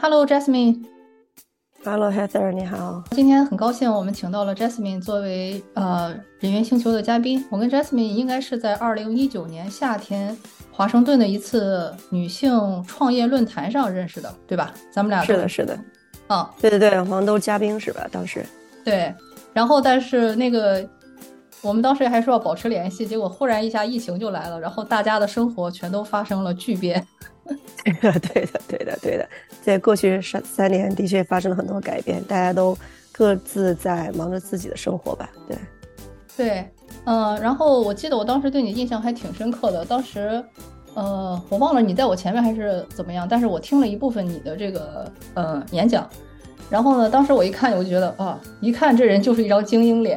Hello Jasmine， Hello Heather，你好。 今天很高兴我们请到了 Jasmine 作为人猿星球的嘉宾。我跟 Jasmine 应该是在2019年夏天华盛顿的一次女性创业论坛上认识的，对吧？咱们俩都是的，是的， 啊， 对对对，我们都是嘉宾是吧？当时， 对。然后但是我们当时还说要保持联系，结果忽然一下疫情就来了，然后大家的生活全都发生了巨变。 对的，对的，对的，在过去3年的确发生了很多改变，大家都各自在忙着自己的生活吧。对， 对，然后我记得我当时对你印象还挺深刻的。当时，我忘了你在我前面还是怎么样，但是我听了一部分你的这个演讲。然后呢，当时我一看，我就觉得啊，一看这人就是一张精英脸，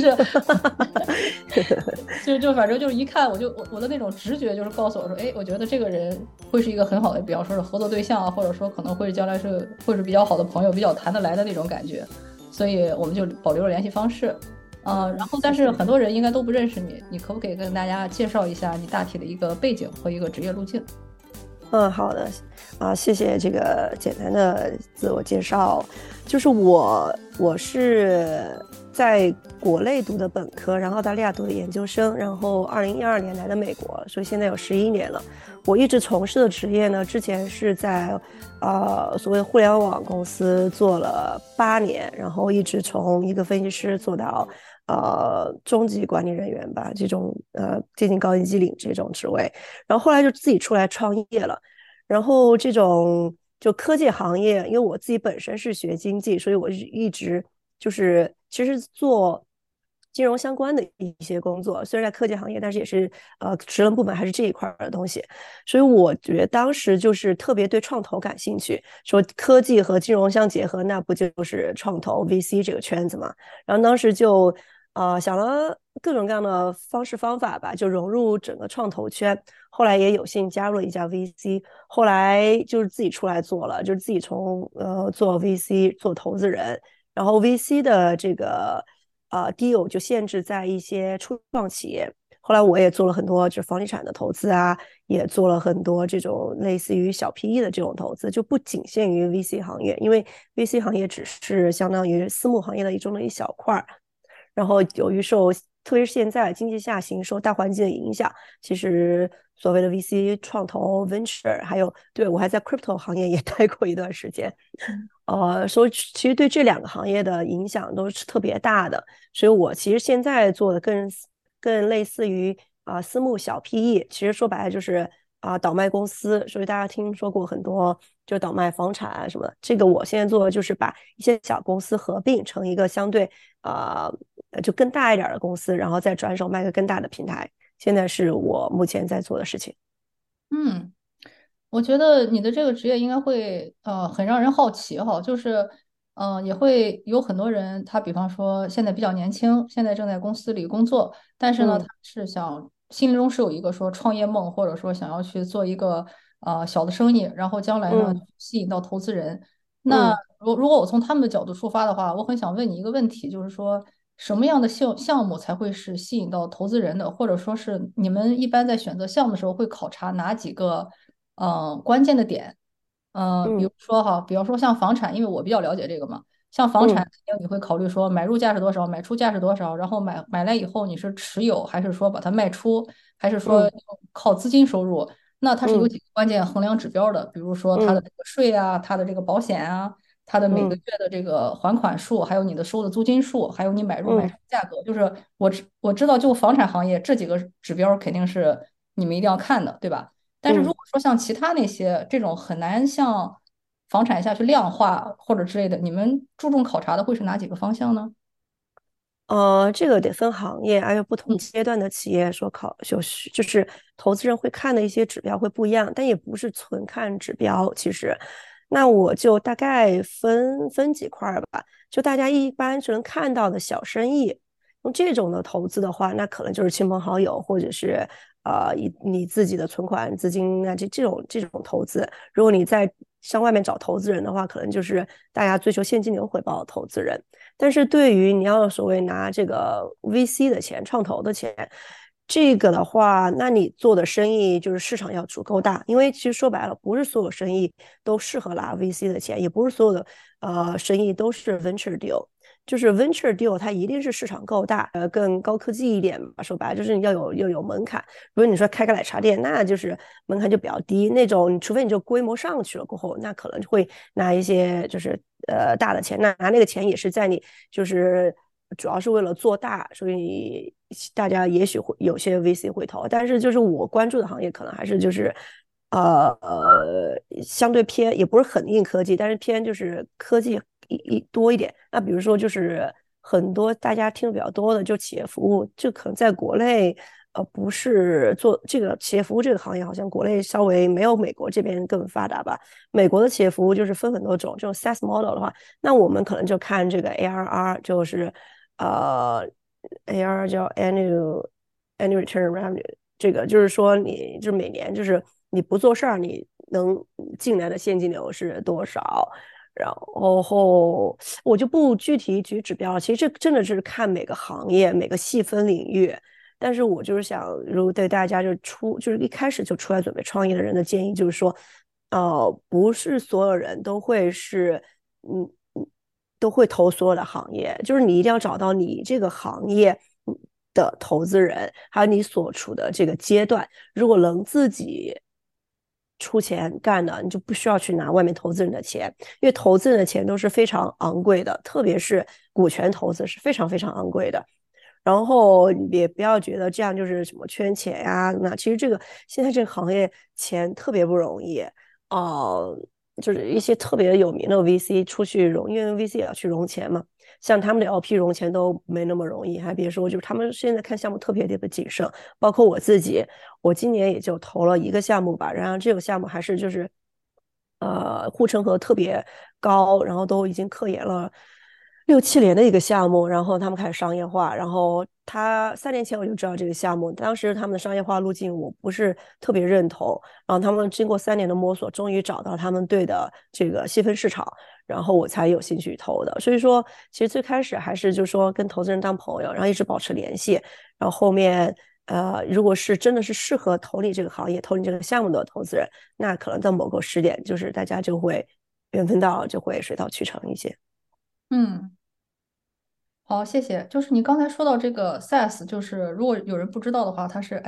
就反正就是一看我的那种直觉就是告诉我说，哎，我觉得这个人会是一个很好的，比方说是合作对象啊，或者说可能会将来会是比较好的朋友，比较谈得来的那种感觉。所以我们就保留了联系方式。然后但是谢谢。 很多人应该都不认识你，你可不可以跟大家介绍一下你大体的一个背景和一个职业路径？ 好的，谢谢这个简单的自我介绍。就是我是在国内读的本科，然后澳大利亚读的研究生，然后2012年来的美国，所以现在有11年了。我一直从事的职业呢，之前是在所谓互联网公司做了8年，然后一直从一个分析师做到中级管理人员吧，这种接近高级经理这种职位。然后后来就自己出来创业了。然后这种就科技行业，因为我自己本身是学经济，所以我一直就是其实做金融相关的一些工作，虽然在科技行业，但是也是职能部门还是这一块的东西。所以我觉得当时就是特别对创投感兴趣，说科技和金融相结合，那不就是创投 VC 这个圈子嘛？然后当时就想了各种各样的方式方法吧，就融入整个创投圈。后来也有幸加入了一家 VC，后来就是自己出来做了，就是自己从做 VC 做投资人，然后 VC 的这个deal 就限制在一些初创企业。后来我也做了很多就是房地产的投资啊，也做了很多这种类似于小 PE 的这种投资，就不仅限于 VC 行业，因为 VC 行业只是相当于私募行业的一小块。然后由于特别是现在经济下行受大环境的影响，其实所谓的 VC 创投 venture，还有对我还在 crypto 行业也待过一段时间，所以其实对这两个行业的影响都是特别大的。所以我其实现在做的更类似于私募小 PE，其实说白了就是倒卖公司。所以大家听说过很多就倒卖房产啊什么的，这个我现在做的就是把一些小公司合并成一个相对啊、就更大一点的公司，然后再转手卖个更大的平台。现在是我目前在做的事情。 嗯。我觉得你的这个职业应该会很让人好奇哈，就是也会有很多人，他比方说现在比较年轻，现在正在公司里工作，但是呢，他嗯是心中是有一个说创业梦，或者说想要去做一个小的生意，然后将来呢嗯吸引到投资人。那嗯。 如果我从他们的角度出发的话，我很想问你一个问题，就是说什么样的项目才会是吸引到投资人的，或者说是你们一般在选择项目的时候会考察哪几个？关键的点，比如嗯说哈，比方说像房产，因为我比较了解这个嘛，像房产嗯肯定你会考虑说买入价是多少，买出价是多少，然后买来以后你是持有还是说把它卖出，还是说嗯靠资金收入？那它是有嗯几个关键衡量指标的，比如说它的嗯这个税啊，它的这个保险啊，它的每个嗯月的这个还款数，还有你的收的租金数，还有你买入卖嗯出价格，就是我知道就房产行业这几个指标肯定是你们一定要看的，对吧？但是如嗯。 果说像其他那些这种很难像房产下去量化或者之类的，你们注重考察的会是哪几个方向呢？ 这个得分行业，还有不同嗯阶段的企业所就是投资人会看的一些指标会不一样，但也不是纯看指标。其实，那我就大概分几块儿吧。就大家一般只能看到的小生意，用这种的投资的话，那可能就是亲朋好友或者是你自己的存款资金啊，这种投资。如果你在向外面找投资人的话，可能就是大家追求现金流回报的投资人。但是对于你要所谓拿这个 VC 的钱、创投的钱， 这个的话，那你做的生意就是市场要足够大，因为其实说白了，不是所有生意都适合拿 VC 的钱，也不是所有的生意都是 venture deal。就是 venture deal，它一定是市场够大，更高科技一点吧。说白了，就是你要有门槛。如果你说开个奶茶店，那就是门槛就比较低，那种除非你就规模上去了过后，那可能会拿一些就是大的钱，拿那个钱也是在你就是主要是为了做大，所以大家也许会有些 VC 会投，但是就是我关注的行业可能还是就是相对偏也不是很硬科技，但是偏就是科技多一点。那比如说就是很多大家听的比较多的，就企业服务，这可能在国内不是做这个企业服务这个行业，好像国内稍微没有美国这边更发达吧。美国的企业服务就是分很多种，这种 SaaS model 的话，那我们可能就看这个 ARR，就是呃 ARR 叫 annual return revenue，这个就是说你就是每年就是你不做事儿，你能进来的现金流是多少？然后我就不具体举指标了，其实这真的是看每个行业每个细分领域。但是我就是想，如果对大家就是一开始就出来准备创业的人的建议，就是说，不是所有人都会是，嗯，都会投所有的行业，就是你一定要找到你这个行业的投资人，还有你所处的这个阶段，如果能自己出钱干的，你就不需要去拿外面投资人的钱，因为投资人的钱都是非常昂贵的，特别是股权投资是非常非常昂贵的。然后也不要觉得这样就是什么圈钱呀，那其实现在这个行业钱特别不容易，哦、就是一些特别有名的 VC 出去融，因为 VC 也要去融钱嘛，像他们的 LP 融钱都没那么容易，还别说，就是他们现在看项目特别的谨慎，包括我自己，我今年也就投了一个项目吧，然后这个项目还是就是护城河特别高，然后都已经科研了6、7年的一个项目，然后他们开始商业化，然后他3年前我就知道这个项目，当时他们的商业化路径我不是特别认同，然后他们经过3年的摸索，终于找到他们对的这个细分市场，然后我才有兴趣投的。所以说，其实最开始还是就是说跟投资人当朋友，然后一直保持联系，然后后面如果是真的是适合投你这个行业、投你这个项目的投资人，那可能到某个时点，就是大家就会缘分到，就会水到渠成一些。 嗯。好，谢谢。就是你刚才说到这个 SaaS，就是如果有人不知道的话，它是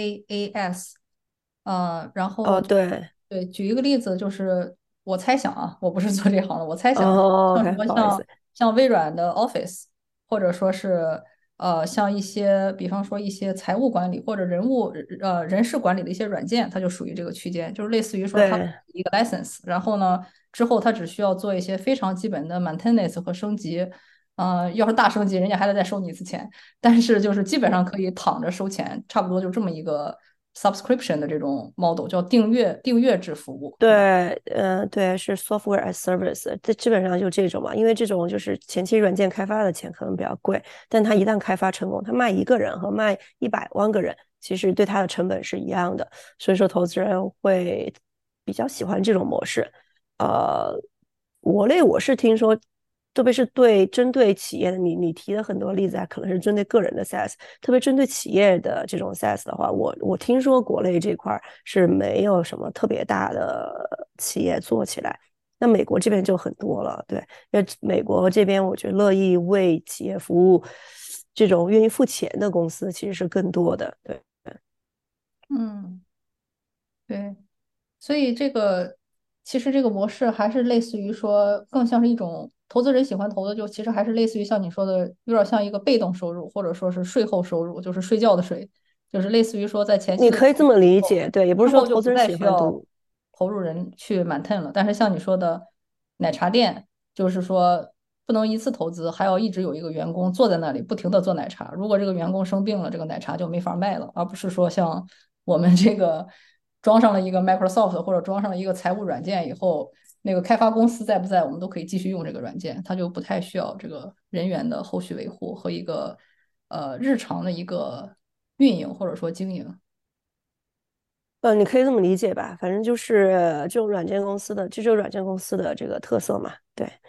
SaaS，然后对， 对，举一个例子，就是我猜想啊，我不是做这行的，我猜想像什 OK，不好意思， 么像微软的 Office，或者说是像一些比方说一些财务管理或者人事管理的一些软件，它就属于这个区间，就是类似于说它对， 一个 license，然后呢之后它只需要做一些非常基本的 maintenance 和升级。要是大升级，人家还得再收你一次钱，但是就是基本上可以躺着收钱，差不多就这么一个 subscription 的这种 model，叫订阅制服务，对吧？ 对，对，是 software as service，这基本上就这种嘛，因为这种就是前期软件开发的钱可能比较贵，但它一旦开发成功，它卖一个人和卖100万个人，其实对它的成本是一样的，所以说投资人会比较喜欢这种模式。呃，国内我是听说，特别是针对企业的，你提的很多例子啊，可能是针对个人的 SaaS，特别针对企业的这种 SaaS 的话，我听说国内这块是没有什么特别大的企业做起来。那美国这边就很多了，对，因为美国这边我觉得乐意为企业服务，这种愿意付钱的公司其实是更多的，对。 嗯，对。所以这个其实这个模式还是类似于说，更像是一种投资人喜欢投的，就其实还是类似于像你说的，有点像一个被动收入，或者说是税后收入，就是睡觉的睡，就是类似于说在前期的投入你可以这么之后， 理解，对，也不是之说后就不再投资人喜需要欢赌， 投入人去 maintain 了。但是像你说的奶茶店，就是说不能一次投资，还要一直有一个员工坐在那里不停的做奶茶。如果这个员工生病了，这个奶茶就没法卖了，而不是说像我们这个装上了一个 Microsoft 或者装上了一个财务软件以后，那个开发公司在不在，我们都可以继续用这个软件，它就不太需要这个人员的后续维护和一个日常的一个运营或者说经营。 你可以这么理解吧，反正就是这种软件公司的，这就是软件公司的这个特色嘛，对。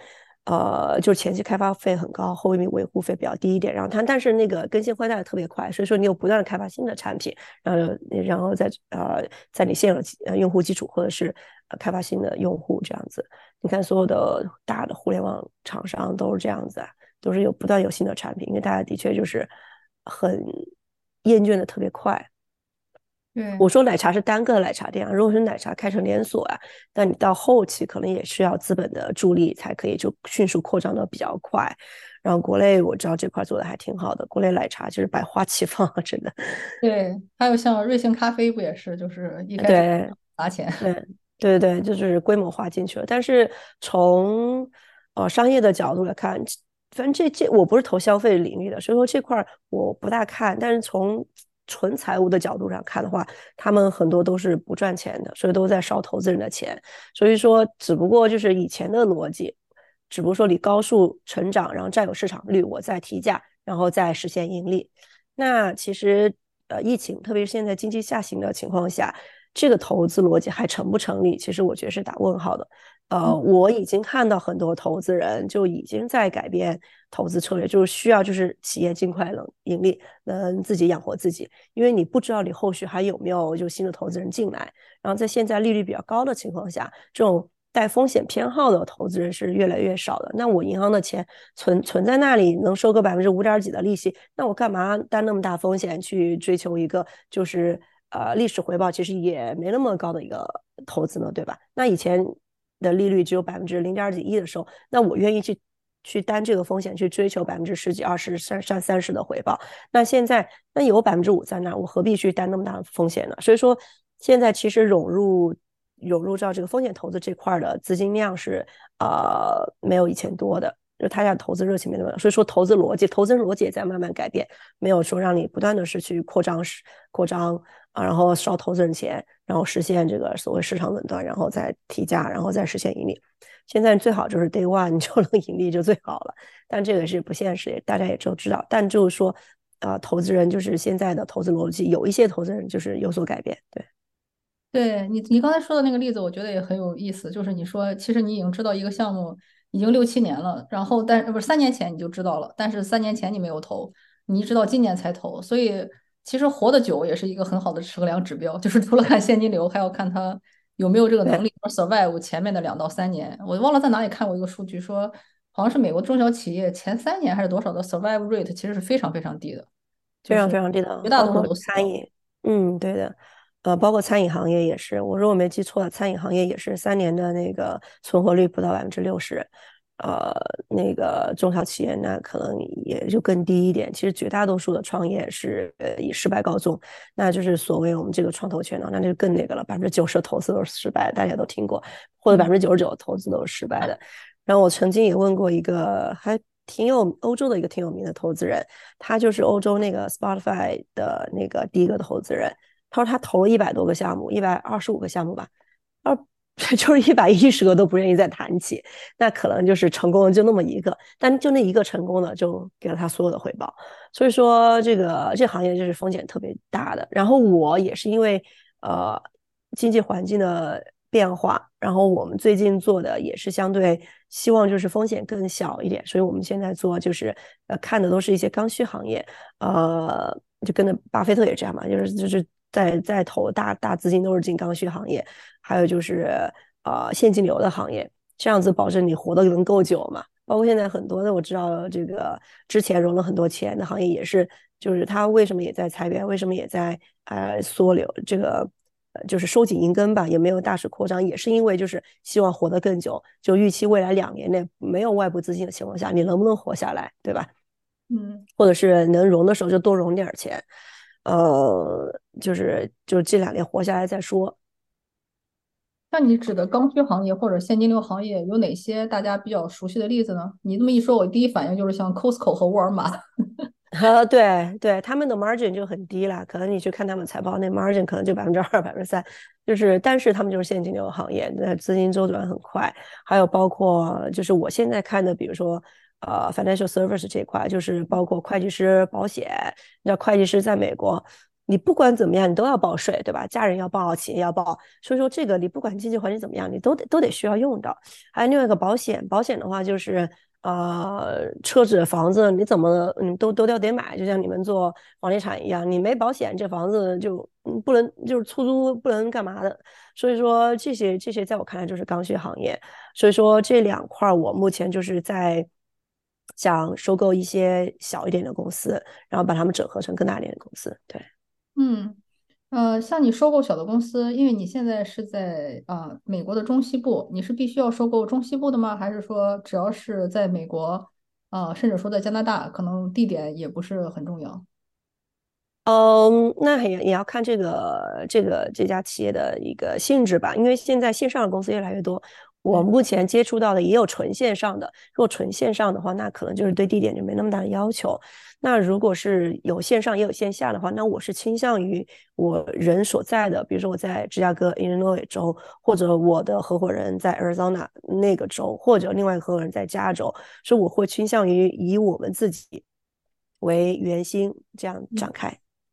就是前期开发费很高，后面维护费比较低一点。然后但是那个更新换代的特别快，所以说你有不断的开发新的产品，然后在你现有的用户基础或者是开发新的用户这样子。你看所有的大的互联网厂商都是这样子啊，都是不断有新的产品，因为大家的确就是很厌倦的特别快。 对我说奶茶是单个奶茶店啊，如果是奶茶开成连锁啊，那你到后期可能也需要资本的助力才可以就迅速扩张的比较快。然后国内我知道这块做的还挺好的，国内奶茶就是百花齐放，真的。 对，还有像瑞幸咖啡不也是，就是一开始对砸钱。 对对对，就是规模化进去了。但是从商业的角度来看，反正这我不是投消费领域的，所以说这块我不大看。但是从纯财务的角度上看的话，他们很多都是不赚钱的，所以都在烧投资人的钱。所以说，只不过就是以前的逻辑，只不过说你高速成长，然后占有市场率，我再提价，然后再实现盈利。那其实疫情，特别是现在经济下行的情况下，这个投资逻辑还成不成立？其实我觉得是打问号的。我已经看到很多投资人就已经在改变投资策略，就是需要就是企业尽快能盈利，能自己养活自己，因为你不知道你后续还有没有就新的投资人进来。然后在现在利率比较高的情况下，这种带风险偏好的投资人是越来越少的。那我银行的钱存在那里，能收个5%几的利息，那我干嘛担那么大风险去追求一个就是历史回报其实也没那么高的一个投资呢，对吧？那以前的利率只有0.几一的时候，那我愿意去担这个风险，去追求10几、20、30的回报。那现在那有5%在那，我何必去担那么大的风险呢？所以说，现在其实涌入到这个风险投资这块的资金量是没有以前多的。就他家投资热情没那么，所以说投资人逻辑也在慢慢改变，没有说让你不断的是去扩张然后烧投资人钱，然后实现这个所谓市场垄断，然后再提价，然后再实现盈利。现在最好就是 day one 你就能盈利就最好了，但这个是不现实，大家也都知道。但就是说，投资人就是现在的投资逻辑，有一些投资人就是有所改变，对。 对你刚才说的那个例子，我觉得也很有意思。就是你说，其实你已经知道一个项目已经6、7年了，然后不是3年前你就知道了，但是3年前你没有投，你一直到今年才投，所以其实活得久也是一个很好的衡量指标。就是除了看现金流，还要看他有没有这个能对， 力 survive 前面的2到3年。我忘了在哪里看过一个数据，说好像是美国中小企业前3年还是多少的 survive rate 其实是非常非常低的，就是非常非常低的， 绝大多数包括都死掉。 餐饮，对的，包括餐饮行业也是，我如果没记错，餐饮行业也是3年的那个存活率不到60%，呃，那个中小企业那可能也就更低一点。其实绝大多数的创业是以失败告终，那就是所谓我们这个创投圈呢，那就更那个了，90%的投资都是失败，大家都听过，或者嗯。 99%的投资都是失败的。然后我曾经也问过一个还欧洲的一个挺有名的投资人，他就是欧洲那个 Spotify 的那个第一个投资人。他说他投了100多个项目，125个项目吧，而就是110个都不愿意再谈起，那可能就是成功的就那么一个，但就那一个成功的就给了他所有的回报。所以说这行业就是风险特别大的。然后我也是因为呃经济环境的变化，然后我们最近做的也是相对希望就是风险更小一点，所以我们现在做就是看的都是一些刚需行业，就跟着巴菲特也这样嘛，就是在投大资金都是进刚需行业，还有就是现金流的行业，这样子保证你活得能够久嘛。包括现在很多的我知道这个之前融了很多钱的行业也是，就是他为什么也在裁员，为什么也在缩流这个。就是收紧银根吧，也没有大肆扩张，也是因为就是希望活得更久，就预期未来2年内没有外部资金的情况下，你能不能活下来，对吧？ 嗯。 或者是能融的时候就多融点钱，就这2年活下来再说。 像你指的刚需行业或者现金流行业有哪些大家比较熟悉的例子呢？你这么一说，我第一反应就是像 Costco 和沃尔玛。 对对，他们的 margin 就很低了，可能你去看他们财报，那 margin 可能就2%、3%，就是但是他们就是现金流行业，那资金周转很快。还有包括就是我现在看的，比如说financial service 这块，就是包括会计师、保险。那会计师在美国你不管怎么样，你都要报税，对吧？家人要报，企业要报，所以说这个你不管经济环境怎么样，你都得需要用到。还有另外一个保险，保险的话就是车子、房子你怎么都要得买，就像你们做房地产一样，你没保险，这房子就不能就是出租不能干嘛的。所以说这些在我看来就是刚需行业。所以说这两块我目前就是在想收购一些小一点的公司，然后把它们整合成更大一点的公司。对。 嗯，像你收购小的公司，因为你现在是在美国的中西部，你是必须要收购中西部的吗？还是说只要是在美国，甚至说在加拿大，可能地点也不是很重要？ 那也要看这家企业的一个性质吧，因为现在线上的公司越来越多，我对。 目前接触到的也有纯线上的。如果纯线上的话，那可能就是对地点就没那么大的要求。那如果是有线上也有线下的话，那我是倾向于我人所在的，比如说我在芝加哥 Illinois 州，或者我的合伙人在 Arizona 那个州，或者另外一个合伙人在加州，所以我会倾向于以我们自己为圆心这样展开。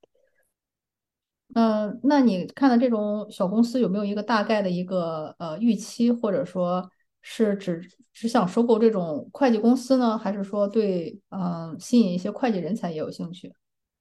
那你看的这种小公司有没有一个大概的一个预期，或者说是只想收购这种会计公司呢，还是说对吸引一些会计人才也有兴趣？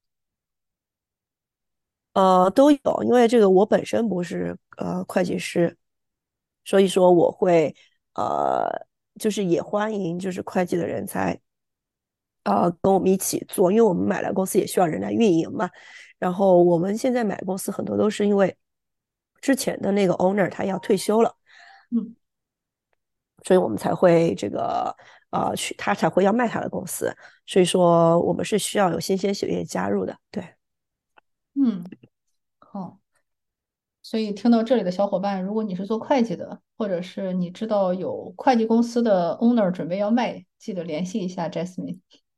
都有，因为这个我本身不是会计师，所以说我会呃，就是也欢迎就是会计的人才跟我们一起做，因为我们买了公司也需要人来运营嘛。然后我们现在买公司很多都是因为之前的那个 owner 他要退休了， 嗯所以我们才会他才会要卖他的公司，所以说我们是需要有新鲜血液加入的，对。 嗯，好。所以听到这里的小伙伴，如果你是做会计的，或者是你知道有会计公司的 owner 准备要卖，记得联系一下 Jasmine。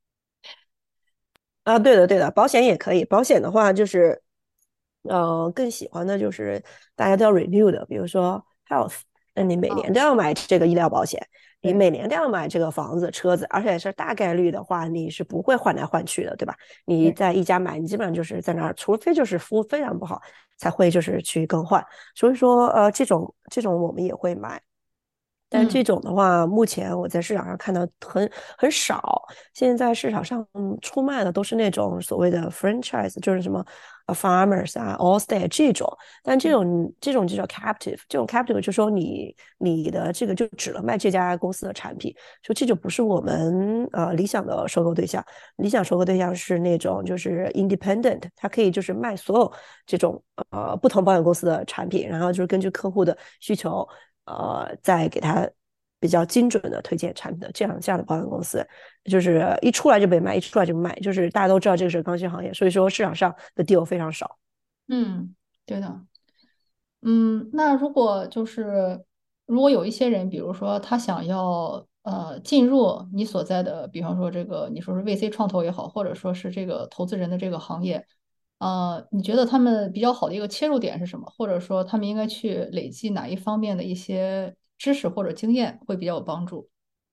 啊，对的，对的，保险也可以。保险的话，就是，更喜欢的就是大家都要 renew 的，比如说 health，那你每年啊， 都要买这个医疗保险，你对。 每年都要买这个房子、车子，而且是大概率的话，你是不会换来换去的，对吧？你对。 在一家买，你基本上就是在那儿，除非就是服务非常不好，才会就是去更换。所以说，这种我们也会买。但这嗯。 种的话，目前我在市场上看到很少。现在市场上出卖的都是那种所谓的 franchise，就是什么Farmers 啊、Allstate 这种。但这种就叫 captive，这种 captive 就说你的这个就只能卖这家公司的产品，所以这就不是我们理想的收购对象。理想收购对象是那种就是 independent，它可以就是卖所有这种不同保险公司的产品，然后就是根据客户的需求。再给他比较精准的推荐产品的这样的保险公司，就是一出来就被卖，一出来就卖，就是大家都知道这个是刚需行业，所以说市场上的 deal 非常少。 嗯，对的。那如果有一些人，比如说他想要进入你所在的，比方说这个你说是 VC 创投也好，或者说是这个投资人的这个行业，你觉得他们比较好的一个切入点是什么？或者说他们应该去累积哪一方面的一些知识或者经验会比较有帮助？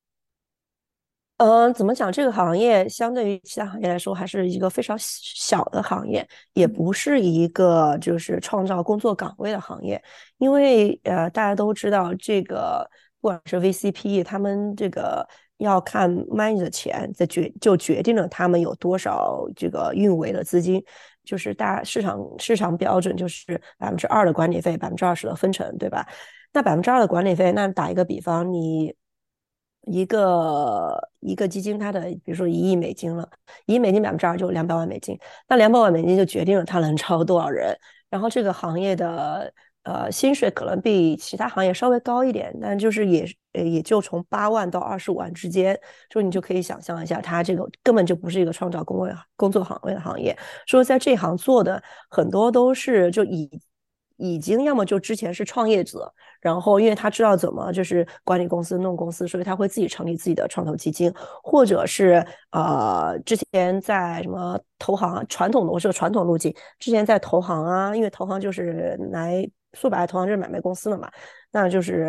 怎么讲？这个行业相对于其他行业来说，还是一个非常小的行业，也不是一个就是创造工作岗位的行业。因为大家都知道，这个不管是 VCP，他们这个要看 money 的钱，就决定了他们有多少这个运维的资金。就是市场标准就是2%的管理费，20%的分成，对吧？那2%的管理费，那打一个比方，你一个基金，它的比如说1亿美金了，1亿美金2%就200万美金，那200万美金就决定了它能招多少人。然后这个行业的薪水可能比其他行业稍微高一点，但就是也就从8万到25万之间，所以你就可以想象一下，它这个根本就不是一个创造工作岗位的行业。说在这行做的很多都是就已经要么就之前是创业者，然后因为他知道怎么就是管理公司、弄公司，所以他会自己成立自己的创投基金，或者是之前在什么投行传统的，我是传统路径，之前在投行啊，因为投行就是说白了，投行就是买卖公司的嘛，那就是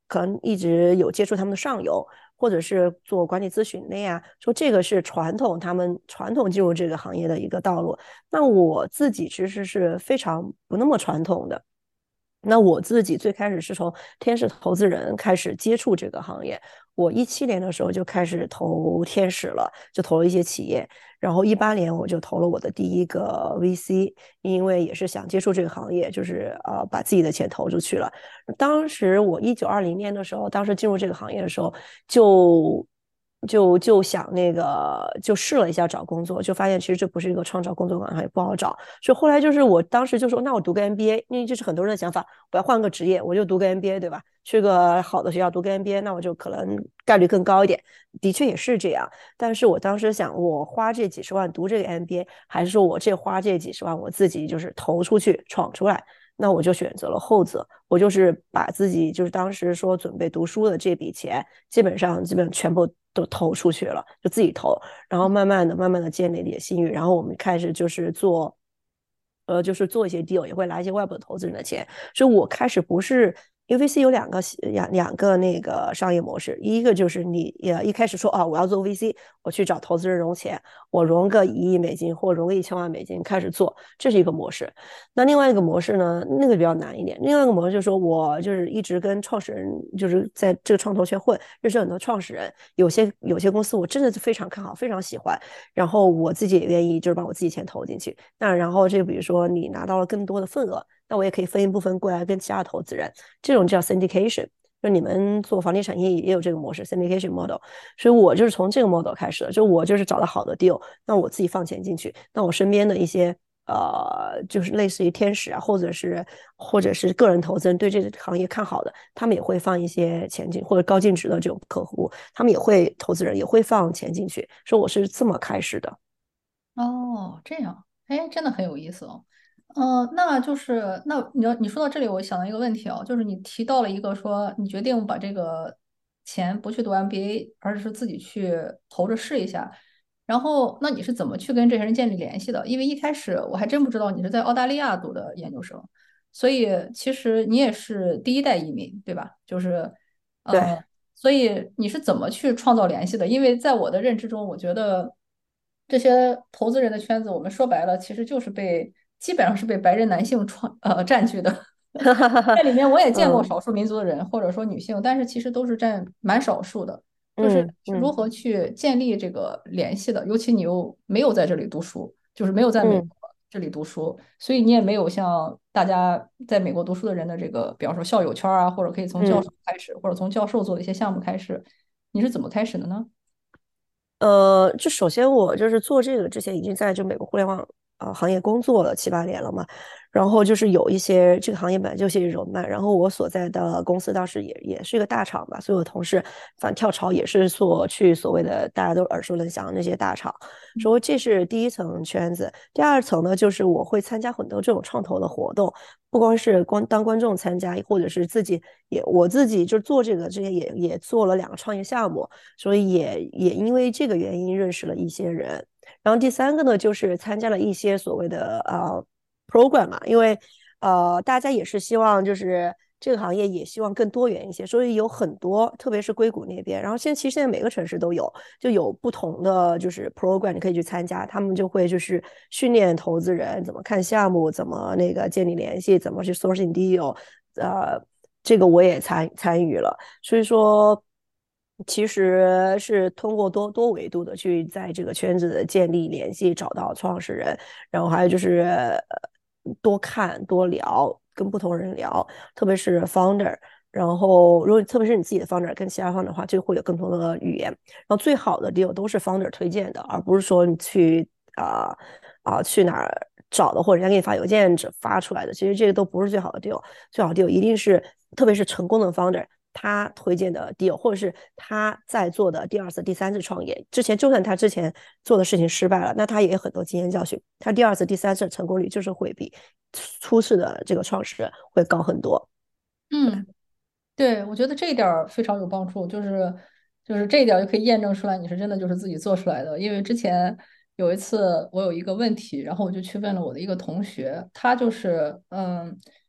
可能一直有接触他们的上游，或者是做管理咨询的呀，说这个是传统，他们传统进入这个行业的一个道路。那我自己其实是非常不那么传统的。那我自己最开始是从天使投资人开始接触这个行业，我17年的时候就开始投天使了，就投了一些企业，然后18年我就投了我的第一个 VC，因为也是想接触这个行业，就是把自己的钱投出去了。当时我1920年的时候，当时进入这个行业的时候，就就想那个就试了一下找工作，就发现其实这不是一个创造工作岗，也不好找。所以后来就是我当时就说，那我读个 MBA，因为这是很多人的想法，我要换个职业，我就读个 MBA，对吧？去个好的学校读个 MBA，那我就可能概率更高一点。的确也是这样，但是我当时想，我花这几十万读这个 MBA，还是说我花这几十万我自己就是投出去闯出来？那我就选择了后者，我就是把自己就是当时说准备读书的这笔钱，基本全部都投出去了，就自己投，然后慢慢的建立一点信誉，然后我们开始就是做。就是做一些 deal，也会拿一些外部的投资人的钱，所以我开始不是因为 VC 有两个那个商业模式，一个就是你一开始说我要做 VC，我去找投资人融钱，我融个1亿美金或融个1000万美金开始做，这是一个模式。那另外一个模式呢，那个比较难一点。另外一个模式就是说我就是一直跟创始人，就是在这个创投圈混，认识很多创始人，有些公司我真的是非常看好，非常喜欢，然后我自己也愿意就是把我自己钱投进去。那然后这比如说你拿到了更多的份额，那我也可以分一部分过来跟其他投资人，这种叫 syndication。就你们做房地产业也有这个模式 syndication model，所以我就是从这个 model 开始的，就我就是找到好的 deal，那我自己放钱进去，那我身边的一些就是类似于天使啊，或者是个人投资人对这个行业看好的，他们也会放一些钱进，或者高净值的这种客户，他们也会投资人也会放钱进去，所以我是这么开始的。 哦，这样，哎，真的很有意思哦。那就是你说到这里，我想到一个问题哦，就是你提到了一个说你决定把这个钱不去读 MBA，而是自己去投着试一下。然后，那你是怎么去跟这些人建立联系的？因为一开始我还真不知道你是在澳大利亚读的研究生，所以其实你也是第一代移民，对吧？就是对， 所以你是怎么去创造联系的？因为在我的认知中，我觉得这些投资人的圈子，我们说白了，其实就是基本上是被白人男性占据的。在里面我也见过嗯少数民族的人，或者说女性，但是其实都是占蛮少数的。就是是如嗯嗯何去建立这个联系的？尤其你又没有在这里读书，就是没有在美嗯国这里读书，所以你也没有像大家在美国读书的人的这个，比方说校友圈啊，或者可以从教授嗯。 开始，或者从教授做的一些项目开始，你是怎么开始的呢？ 就首先我就是做这个之前已经在就美国互联网行业工作了7、8年了嘛，然后就是有一些这个行业本来就有些人脉，然后我所在的公司当时也是一个大厂吧，所以我同事反正跳槽也是去所谓的大家都耳熟能详的那些大厂，所以这是第一层圈子。第二层呢，就是我会参加很多这种创投的活动，不光是当观众参加，或者是我自己就做这个之前也做了2个创业项目。所以也因为这个原因认识了一些人。然后第三个呢，就是参加了一些所谓的program 嘛，因为大家也是希望就是这个行业也希望更多元一些，所以有很多，特别是硅谷那边，然后现在每个城市都有，就有不同的就是 program 你可以去参加，他们就会就是训练投资人怎么看项目，怎么那个建立联系，怎么去 sourcing deal，这个我也参与了。所以说，其实是通过多维度的去在这个圈子的建立联系，找到创始人，然后还有就是多看多聊，跟不同人聊，特别是 founder。然后，如果特别是你自己的 founder 跟其他 founder 的话，就会有更多的语言。然后最好的 deal 都是 founder 推荐的，而不是说你去哪儿找的，或者人家给你发邮件发出来的。其实这个都不是最好的 deal，最好的 deal 一定是特别是成功的 founder。他推荐的 deal，或者是他在做的第二次、第三次创业之前，就算他之前做的事情失败了，那他也有很多经验教训。他第二次、第三次成功率就是会比初次的这个创始人会高很多。 嗯。对，我觉得这一点儿非常有帮助，就是这一点儿就可以验证出来你是真的就是自己做出来的。因为之前有一次我有一个问题，然后我就去问了我的一个同学，他就是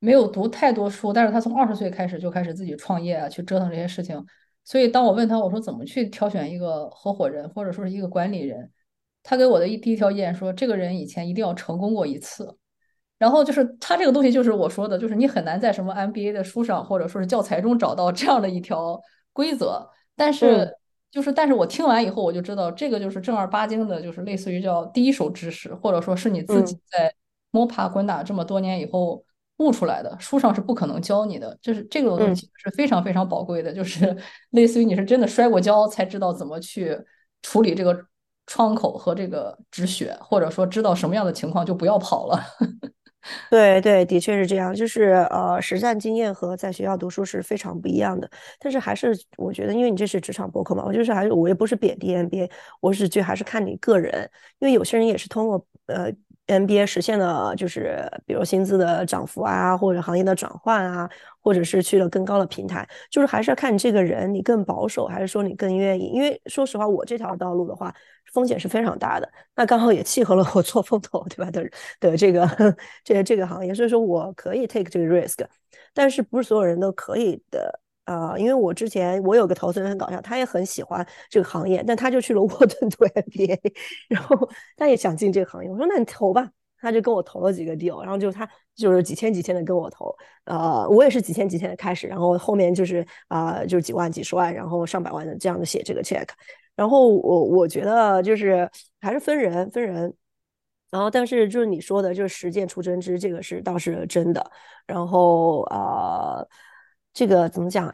没有读太多书，但是他从20岁开始就开始自己创业啊，去折腾这些事情。所以当我问他我说怎么去挑选一个合伙人或者说是一个管理人，他给我的第一条意见说，这个人以前一定要成功过一次。然后就是他这个东西，就是我说的，就是你很难在什么 MBA 的书上或者说是教材中找到这样的一条规则。但嗯是但是我听完以后，我就知道这个就是正儿八经的，就是类似于叫第一手知识，或者说是你自己嗯， 在摸爬滚打这么多年以后悟出来的，书上是不可能教你的。就是这个东西嗯。 其实是非常非常宝贵的，就是类似于你是真的摔过跤才知道怎么去处理这个窗口和这个止血，或者说知道什么样的情况就不要跑了。 对对，的确是这样，就是实战经验和在学校读书是非常不一样的。但是还是我觉得，因为你这是职场博客嘛，我就是还是我也不是贬低 MBA，我是觉得还是看你个人，因为有些人也是通过MBA 实现了就是比如薪资的涨幅啊，或者行业的转换啊，或者是去了更高的平台，就是还是要看你这个人，你更保守还是说你更愿意？因为说实话，我这条道路的话，风险是非常大的。那刚好也契合了我做风投，对吧？的这个这个行业，所以说我可以 take 这个 risk，但是不是所有人都可以的。因为我之前我有个投资人很搞笑，他也很喜欢这个行业，但他就去了沃顿读 MBA，然后他也想进这个行业。我说那你投吧，他就跟我投了几个 deal，然后就他就是几千几千的跟我投，我也是几千几千的开始，然后后面就是就是几万几十万，然后上百万的这样的写这个 check，然后我觉得就是还是分人分人，然后但是就是你说的，就是实践出真知，这个是倒是真的。然后这个怎么讲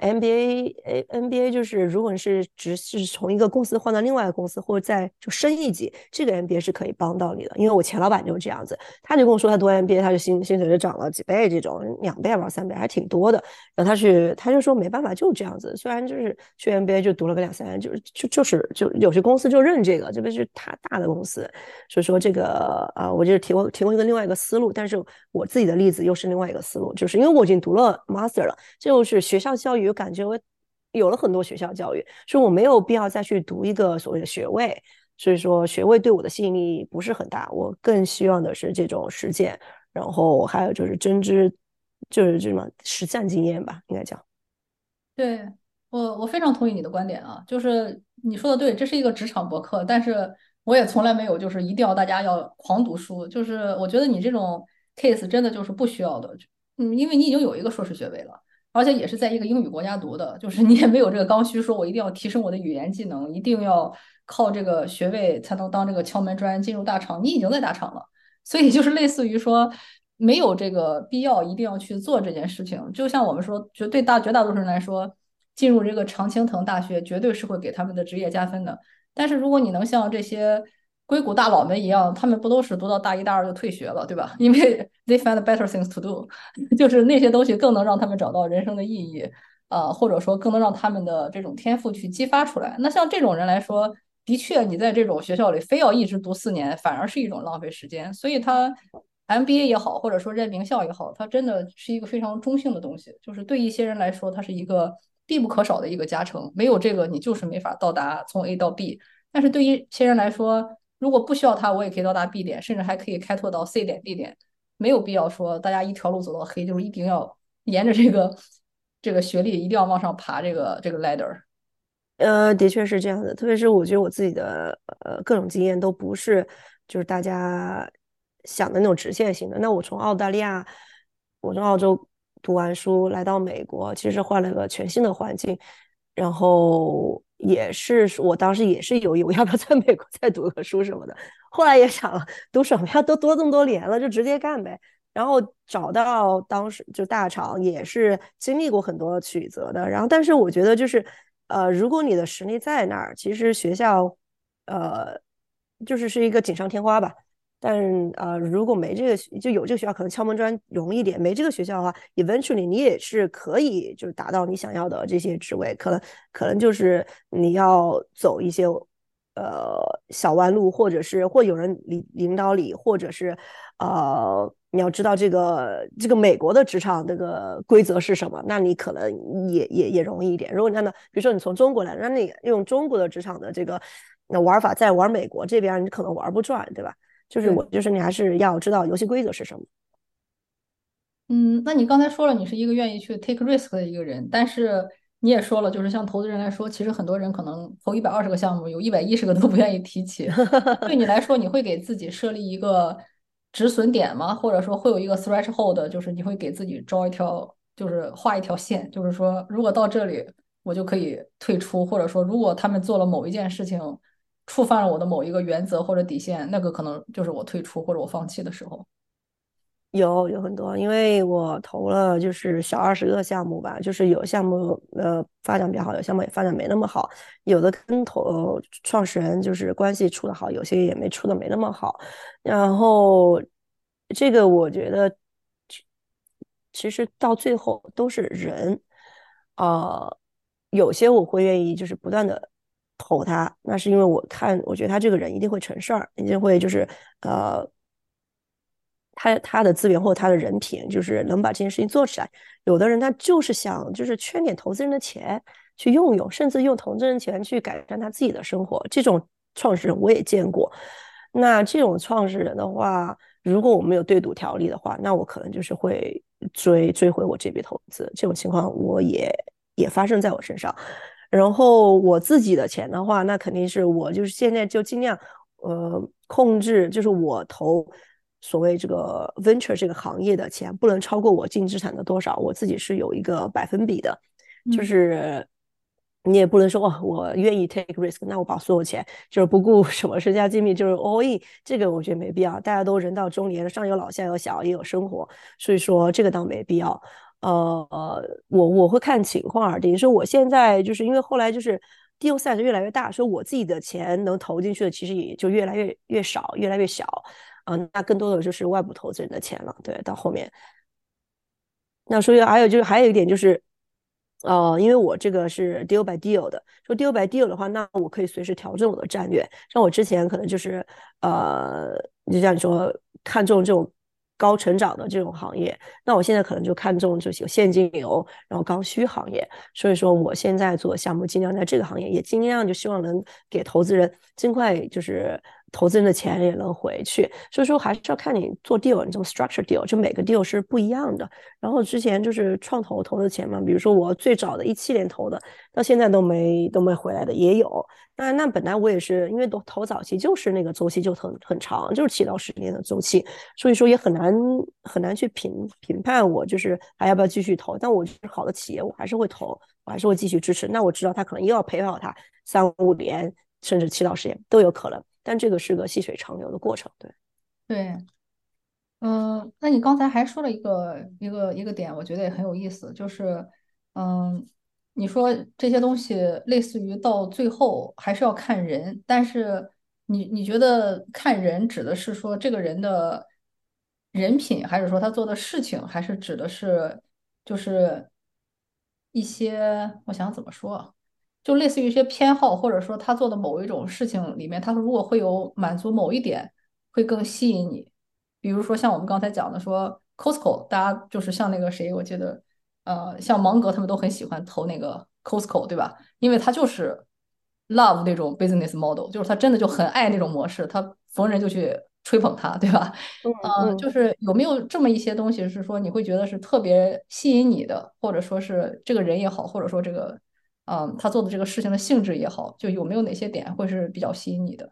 ？MBA 就是如果是只是从一个公司换到另外一个公司，或者再就升一级，这个 MBA 是可以帮到你的。因为我前老板就是这样子，他就跟我说他读 MBA，他就薪水就涨了几倍，这种2倍吧3倍还挺多的。然后他就说没办法，就这样子。虽然就是去 MBA 就读了个2、3年，就有些公司就认这个，这个是他大的公司。所以说这个我就是提供一个另外一个思路，但是我自己的例子又是另外一个思路，就是因为我已经读了 master 了，就是学校教育，感觉我有了很多学校教育，所以我没有必要再去读一个所谓的学位，所以说学位对我的吸引力不是很大，我更希望的是这种实践，然后还有就是真知，就是这么实战经验吧，应该讲。 对，我非常同意你的观点啊，就是你说的对，这是一个职场博客，但是我也从来没有就是一定要大家要狂读书，就是我觉得你这种 case 真的就是不需要的，因为你已经有一个硕士学位了，而且也是在一个英语国家读的，就是你也没有这个刚需，说我一定要提升我的语言技能，一定要靠这个学位才能当这个敲门砖进入大厂，你已经在大厂了。所以就是类似于说，没有这个必要一定要去做这件事情。就像我们说，绝大多数人来说，进入这个常青藤大学绝对是会给他们的职业加分的。但是如果你能像这些硅谷大佬们一样，他们不都是读到大一大二就退学了，对吧？因为 they find better things to do，就是那些东西更能让他们找到人生的意义，或者说更能让他们的这种天赋去激发出来。那像这种人来说，的确，你在这种学校里非要一直读4年，反而是一种浪费时间。所以它 MBA 也好，或者说认名校也好，它真的是一个非常中性的东西。就是对一些人来说，它是一个必不可少的一个加成。没有这个，你就是没法到达从 A 到 B。但是对于一些人来说，如果不需要它，我也可以到达 B 点，甚至还可以开拓到 C 点、D 点。没有必要说大家一条路走到黑，就是一定要沿着这个学历一定要往上爬这个 ladder。 的确是这样的，特别是我觉得我自己的各种经验都不是就是大家想的那种直线型的。那我从澳大利亚，我从澳洲读完书来到美国，其实换了个全新的环境，然后也是我当时也是犹豫我要不要在美国再读个书什么的，后来也想了读什么呀，都多这么多年了，就直接干呗。然后找到当时就大厂也是经历过很多曲折的，然后但是我觉得就是如果你的实力在那儿，其实学校呃是一个锦上添花吧。但如果没这个就有这个学校，可能敲门砖容易一点。没这个学校的话，eventually 你也是可以就是达到你想要的这些职位，可能就是你要走一些小弯路，或者是会有人领导你，或者是你要知道这个美国的职场这个规则是什么，那你可能也容易一点。如果你看到，比如说你从中国来，那你用中国的职场的这个玩法再玩美国这边，你可能玩不转，对吧？就是对。 你还是要知道游戏规则是什么。 嗯，那你刚才说了，你是一个愿意去 take risk 的一个人，但是你也说了，就是像投资人来说，其实很多人可能投120个项目，有110个都不愿意提起。那对你来说，你会给自己设立一个止损点吗？或者说会有一个 threshold，就是你会给自己招一条，就是画一条线，就是说如果到这里我就可以退出，或者说如果他们做了某一件事情触犯了我的某一个原则或者底线，那个可能就是我退出或者我放弃的时候。 有很多，因为我投了就是小20个项目吧，就是有项目发展比较好，有项目也发展没那么好，有的跟创始人就是关系处得好，有些也没处得没那么好。然后这个我觉得其实到最后都是人，有些我会愿意就是不断的投他，那是因为我觉得他这个人一定会成事儿，一定会就是呃。他的资源或者他的人品，就是能把这件事情做起来。有的人他就是想就是圈点投资人的钱去用，甚至用投资人钱去改善他自己的生活。这种创始人我也见过。那这种创始人的话，如果我们有对赌条例的话，那我可能就是会追回我这笔投资。这种情况我也发生在我身上。然后我自己的钱的话，那肯定是我就是现在就尽量控制，就是我投所谓这个 venture 这个行业的钱不能超过我净资产的多少，我自己是有一个百分比的，就嗯。 是你也不能说哦，我愿意 take risk，那我把所有钱就是不顾什么身家性命就是 all in，这个我觉得没必要，大家都人到中年，上有老下有小也有生活，所以说这个倒没必要。我会看情况而定。说我现在就是因为后来就是 deal size 越来越大，所以我自己的钱能投进去的其实也就越来越少，越来越小。那更多的就是外部投资人的钱了。对，到后面，那所以还有一点就是，因为我这个是 deal by deal 的，说 deal by deal 的话，那我可以随时调整我的战略。像我之前可能就是呃，就像你说看中这种高成长的这种行业，那我现在可能就看中就是有现金流，然后刚需行业。所以说我现在做项目尽量在这个行业，也尽量就希望能给投资人尽快就是投资人的钱也能回去。所以说还是要看你做 deal，你这种 structure deal，就每个 deal 是不一样的。然后之前就是创投的钱嘛，比如说我最早的17年投的，到现在都没回来的也有。那本来我也是因为投早期就是那个周期就很长，就是7到10年的周期，所以说也很难去评判我就是还要不要继续投。但我就是好的企业我还是会投，我还是会继续支持。那我知道他可能又要陪伴他3、5年，甚至7到10年都有可能，但这个是个细水长流的过程。对。 对。那你刚才还说了一个点，我觉得也很有意思，就是，嗯，你说这些东西类似于到最后还是要看人，但是你觉得看人指的是说这个人的人品，还是说他做的事情，还是指的是就是一些，我想怎么说啊？就类似于一些偏好，或者说他做的某一种事情里面，他如果会有满足某一点，会更吸引你。比如说像我们刚才讲的说 Costco，大家就是像那个谁，我记得像芒格他们都很喜欢投那个 Costco，对吧？因为他就是 love 那种 business model，就是他真的就很爱那种模式，他逢人就去吹捧他，对吧？ 嗯嗯。 就是有没有这么一些东西是说你会觉得是特别吸引你的，或者说是这个人也好，或者说这个他做的这个事情的性质也好，就有没有哪些点会是比较吸引你的？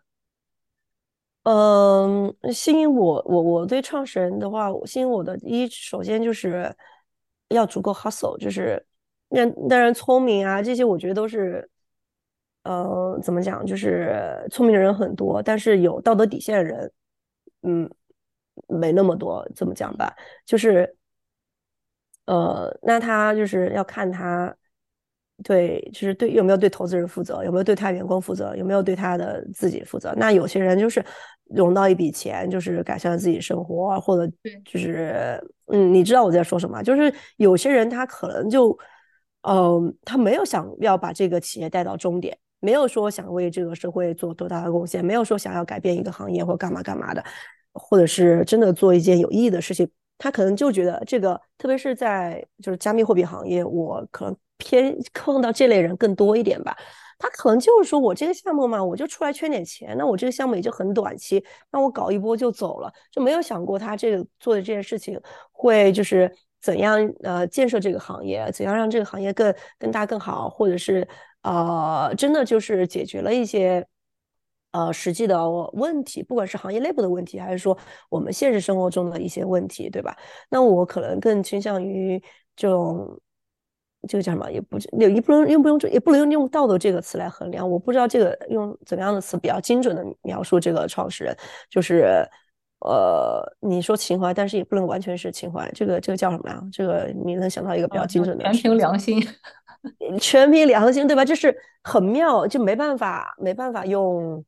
吸引我对创始人的话，吸引我的首先就是要足够 hustle，就是当然聪明啊这些，我觉得都是怎么讲，就是聪明的人很多，但是有道德底线的人，嗯，没那么多。这么讲吧，就是那他就是要看他就是有没有对投资人负责，有没有对他员工负责，有没有对他的自己负责。那有些人就是融到一笔钱，就是改善了自己生活，或者对。 就是你知道我在说什么？就是有些人他可能就他没有想要把这个企业带到终点。没有说想为这个社会做多大的贡献，没有说想要改变一个行业或干嘛干嘛的，或者是真的做一件有意义的事情，他可能就觉得这个，特别是在就是加密货币行业，我可能偏碰到这类人更多一点吧。 他可能就是说我这个项目嘛，我就出来圈点钱，那我这个项目也就很短期，那我搞一波就走了，就没有想过他这个做的这件事情会就是怎样建设这个行业，怎样让这个行业更大更好，或者是真的就是解决了一些实际的问题，不管是行业内部的问题，还是说我们现实生活中的一些问题，对吧？那我可能更倾向于这种。这个叫什么？也不能也不能用道德这个词来衡量。我不知道这个用怎么样的词比较精准的描述这个创始人，就是你说情怀，但是也不能完全是情怀。这个叫什么呀？这个你能想到一个比较精就准的全凭词？ 良心。 全凭良心，对吧？就是很妙，就没办法用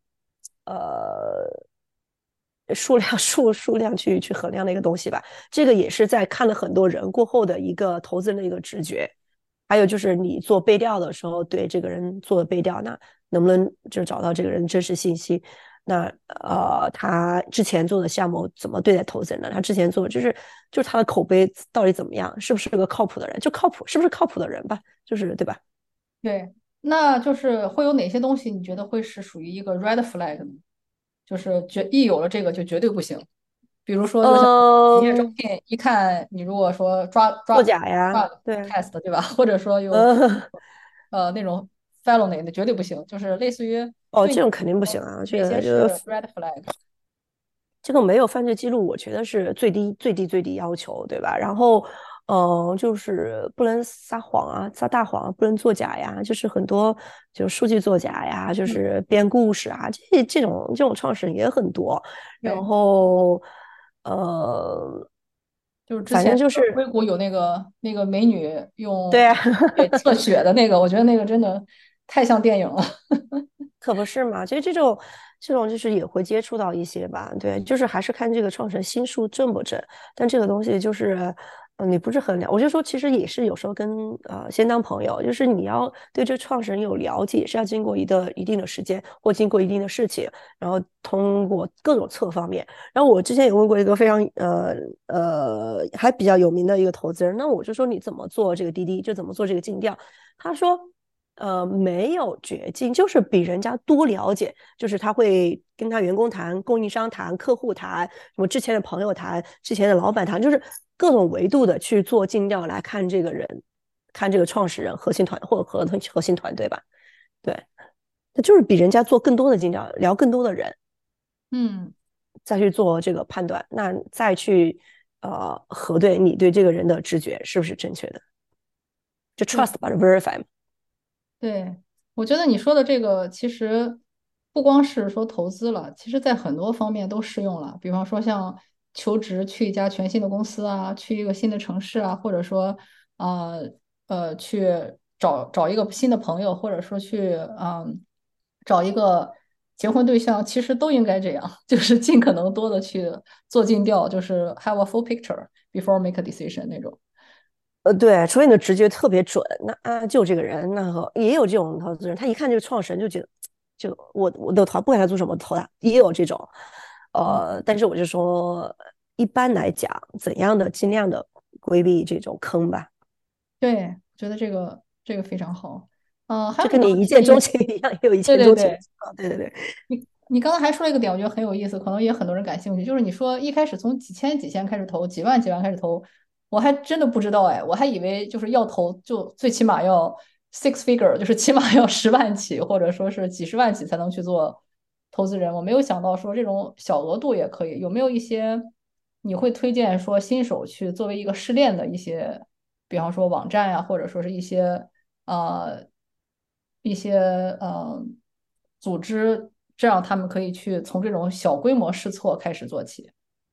数量去衡量的一个东西吧。这个也是在看了很多人过后的一个投资人的一个直觉。还有就是你做背调的时候，对这个人做的背调，那能不能就找到这个人真实信息？那他之前做的项目怎么对待投资人的？他之前做的就是他的口碑到底怎么样？是不是个靠谱的人？就靠谱，是不是靠谱的人吧？就是对吧？ 对，那就是会有哪些东西你觉得会是属于一个 red flag 呢？就是一有了这个就绝对不行。比如说，就像企业招嗯， 聘，一看你如果说抓作抓假呀， 抓对， test，对吧？或者说有嗯， 那种 felony，那绝对不行。就是类似于哦， 对你这种肯定不行说啊，这哪些是个这个 red flag？ 这个没有犯罪记录，我觉得是最低要求，对吧？然后，就是不能撒谎啊，撒大谎啊，不能作假呀，就是很多就数据作假呀，就嗯， 是编故事啊，这种创始人也很多。然对， 后，呃， 就是之前反正就是硅谷有那个美女用对啊， 给测血的那个，我觉得那个真的太像电影了。 可不是嘛？就这种就是也会接触到一些吧，对，就是还是看这个创始人心术正不正。但这个东西就是，你不是很了，我就说其实也是有时候跟先当朋友，就是你要对这创始人有了解，也是要经过一定的时间或经过一定的事情，然后通过各种侧方面。然后我之前也问过一个非常还比较有名的一个投资人，那我就说你怎么做这个滴滴，就怎么做这个尽调。他说，没有绝境，就是比人家多了解，就是他会跟他员工谈、供应商谈、客户谈、什么之前的朋友谈、之前的老板谈，就是各种维度的去做尽调来看这个人，看这个创始人、核心团或者核心团队吧。对，他就是比人家做更多的尽调，聊更多的人， 嗯， 再去做这个判断，那再去核对你对这个人的直觉是不是正确的，就对。 trust 吧，verify 嘛。 对，我觉得你说的这个其实不光是说投资了，其实在很多方面都适用了。比方说像求职去一家全新的公司啊，去一个新的城市啊，或者说呃去找一个新的朋友，或者说去找一个结婚对象，其实都应该这样，就是尽可能多的去做尽调，就是 have a full picture before make a decision 那种。 对，除非你的直觉特别准，那就这个人，那也有这种投资人，他一看这个创始人就觉得，就我都投，不管他做什么投他，也有这种，但是我就说，一般来讲，怎样的尽量的规避这种坑吧， 对，觉得这个非常好。还有你刚就跟你一刚说了一个， 见钟情一样，也有一见钟情的对对对， 情况，对对对。 你刚才还说了一个点，我觉得很有意思，可能也很多人感兴趣。就是你说一开始从几千几千开始投，几万几万开始投，我还真的不知道哎，我还以为就是要投就最起码要 six figure，就是起码要10万起，或者说是几十万起才能去做投资人。我没有想到说这种小额度也可以。有没有一些你会推荐说新手去作为一个试炼的一些，比方说网站呀、或者说是呃一些组织，这样他们可以去从这种小规模试错开始做起。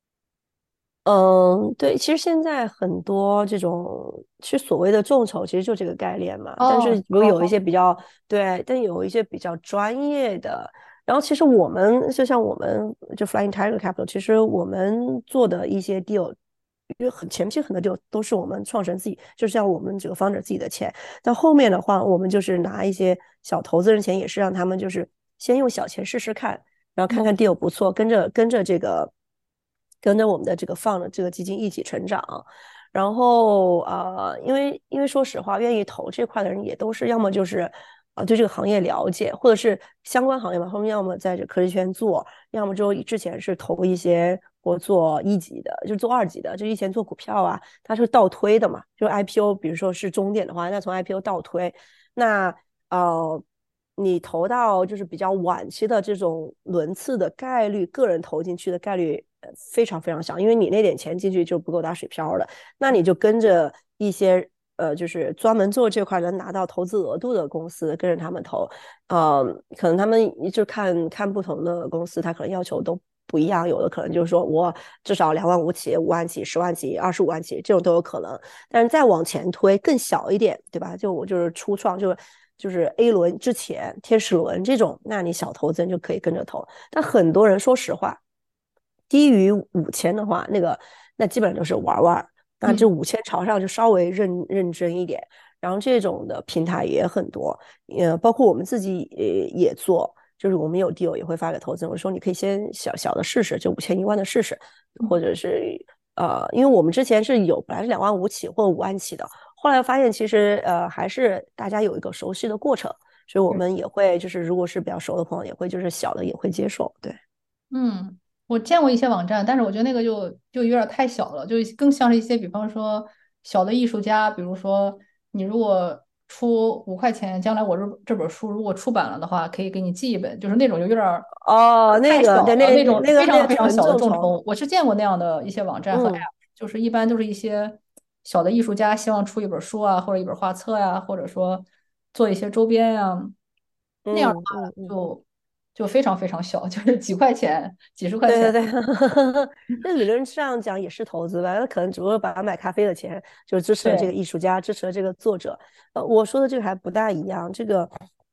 对，其实现在很多这种是所谓的众筹，其实就这个概念嘛。但是哦， 如果有一些比较对，但有一些比较专业的，然后其实我们就像我们就 Flying Tiger Capital，其实我们做的一些 deal，因为前期很多 deal 都是我们创始人自己，就像我们这个 founder 自己的钱。但后面的话，我们就是拿一些小投资人钱，也是让他们就是先用小钱试试看，然后看看 deal 不错，跟着我们的这个放的这个基金一起成长。然后因为说实话，愿意投这块的人也都是要么就是对这个行业了解，或者是相关行业嘛，他们要么在这科技圈做，要么之前是投一些或做一级的，就是做二级的，就以前做股票啊，它是倒推的嘛，就 IPO，比如说是终点的话，那从 IPO 倒推，那你投到就是比较晚期的这种轮次的概率，个人投进去的概率非常非常小，因为你那点钱进去就不够打水漂的，那你就跟着一些就是专门做这块能拿到投资额度的公司跟着他们投，可能他们就看不同的公司，他可能要求都不一样，有的可能就是说我至少2万5起、5万起、10万起、25万起这种都有可能，但是再往前推更小一点，对吧？就我就是初创就是 A 轮之前天使轮这种，那你小投资人就可以跟着投。但很多人说实话，低于5000的话，那基本上就是玩玩。那这5000朝上就稍微认真一点。然后这种的平台也很多，包括我们自己也做，就是我们有 deal 也会发给投资人，我说你可以先小的试试，就5000、1万的试试，或者是因为我们之前本来是2万5起或5万起的，后来发现其实还是大家有一个熟悉的过程，所以我们也会就是如果是比较熟的朋友，也会就是小的也会接受，对。 我见过一些网站，但是我觉得那个就有点太小了，就更像是一些，比方说小的艺术家，比如说你如果出5块钱，将来我这本书如果出版了的话，可以给你寄一本，就是那种就有点儿哦，那太个对， 小了，那种非那个常非常小的纯众筹， 众筹，我是见过那样的一些网站和嗯 App，就是一般都是一些小的艺术家希望出一本书啊，或者一本画册呀、或者说做一些周边呀、那样的话嗯， 就非常非常小，就是几块钱、几十块钱。 对对对，那理论上讲也是投资吧，那可能只不过把买咖啡的钱就支持了这个对， 艺术家，支持了这个作者。我说的这个还不大一样，这个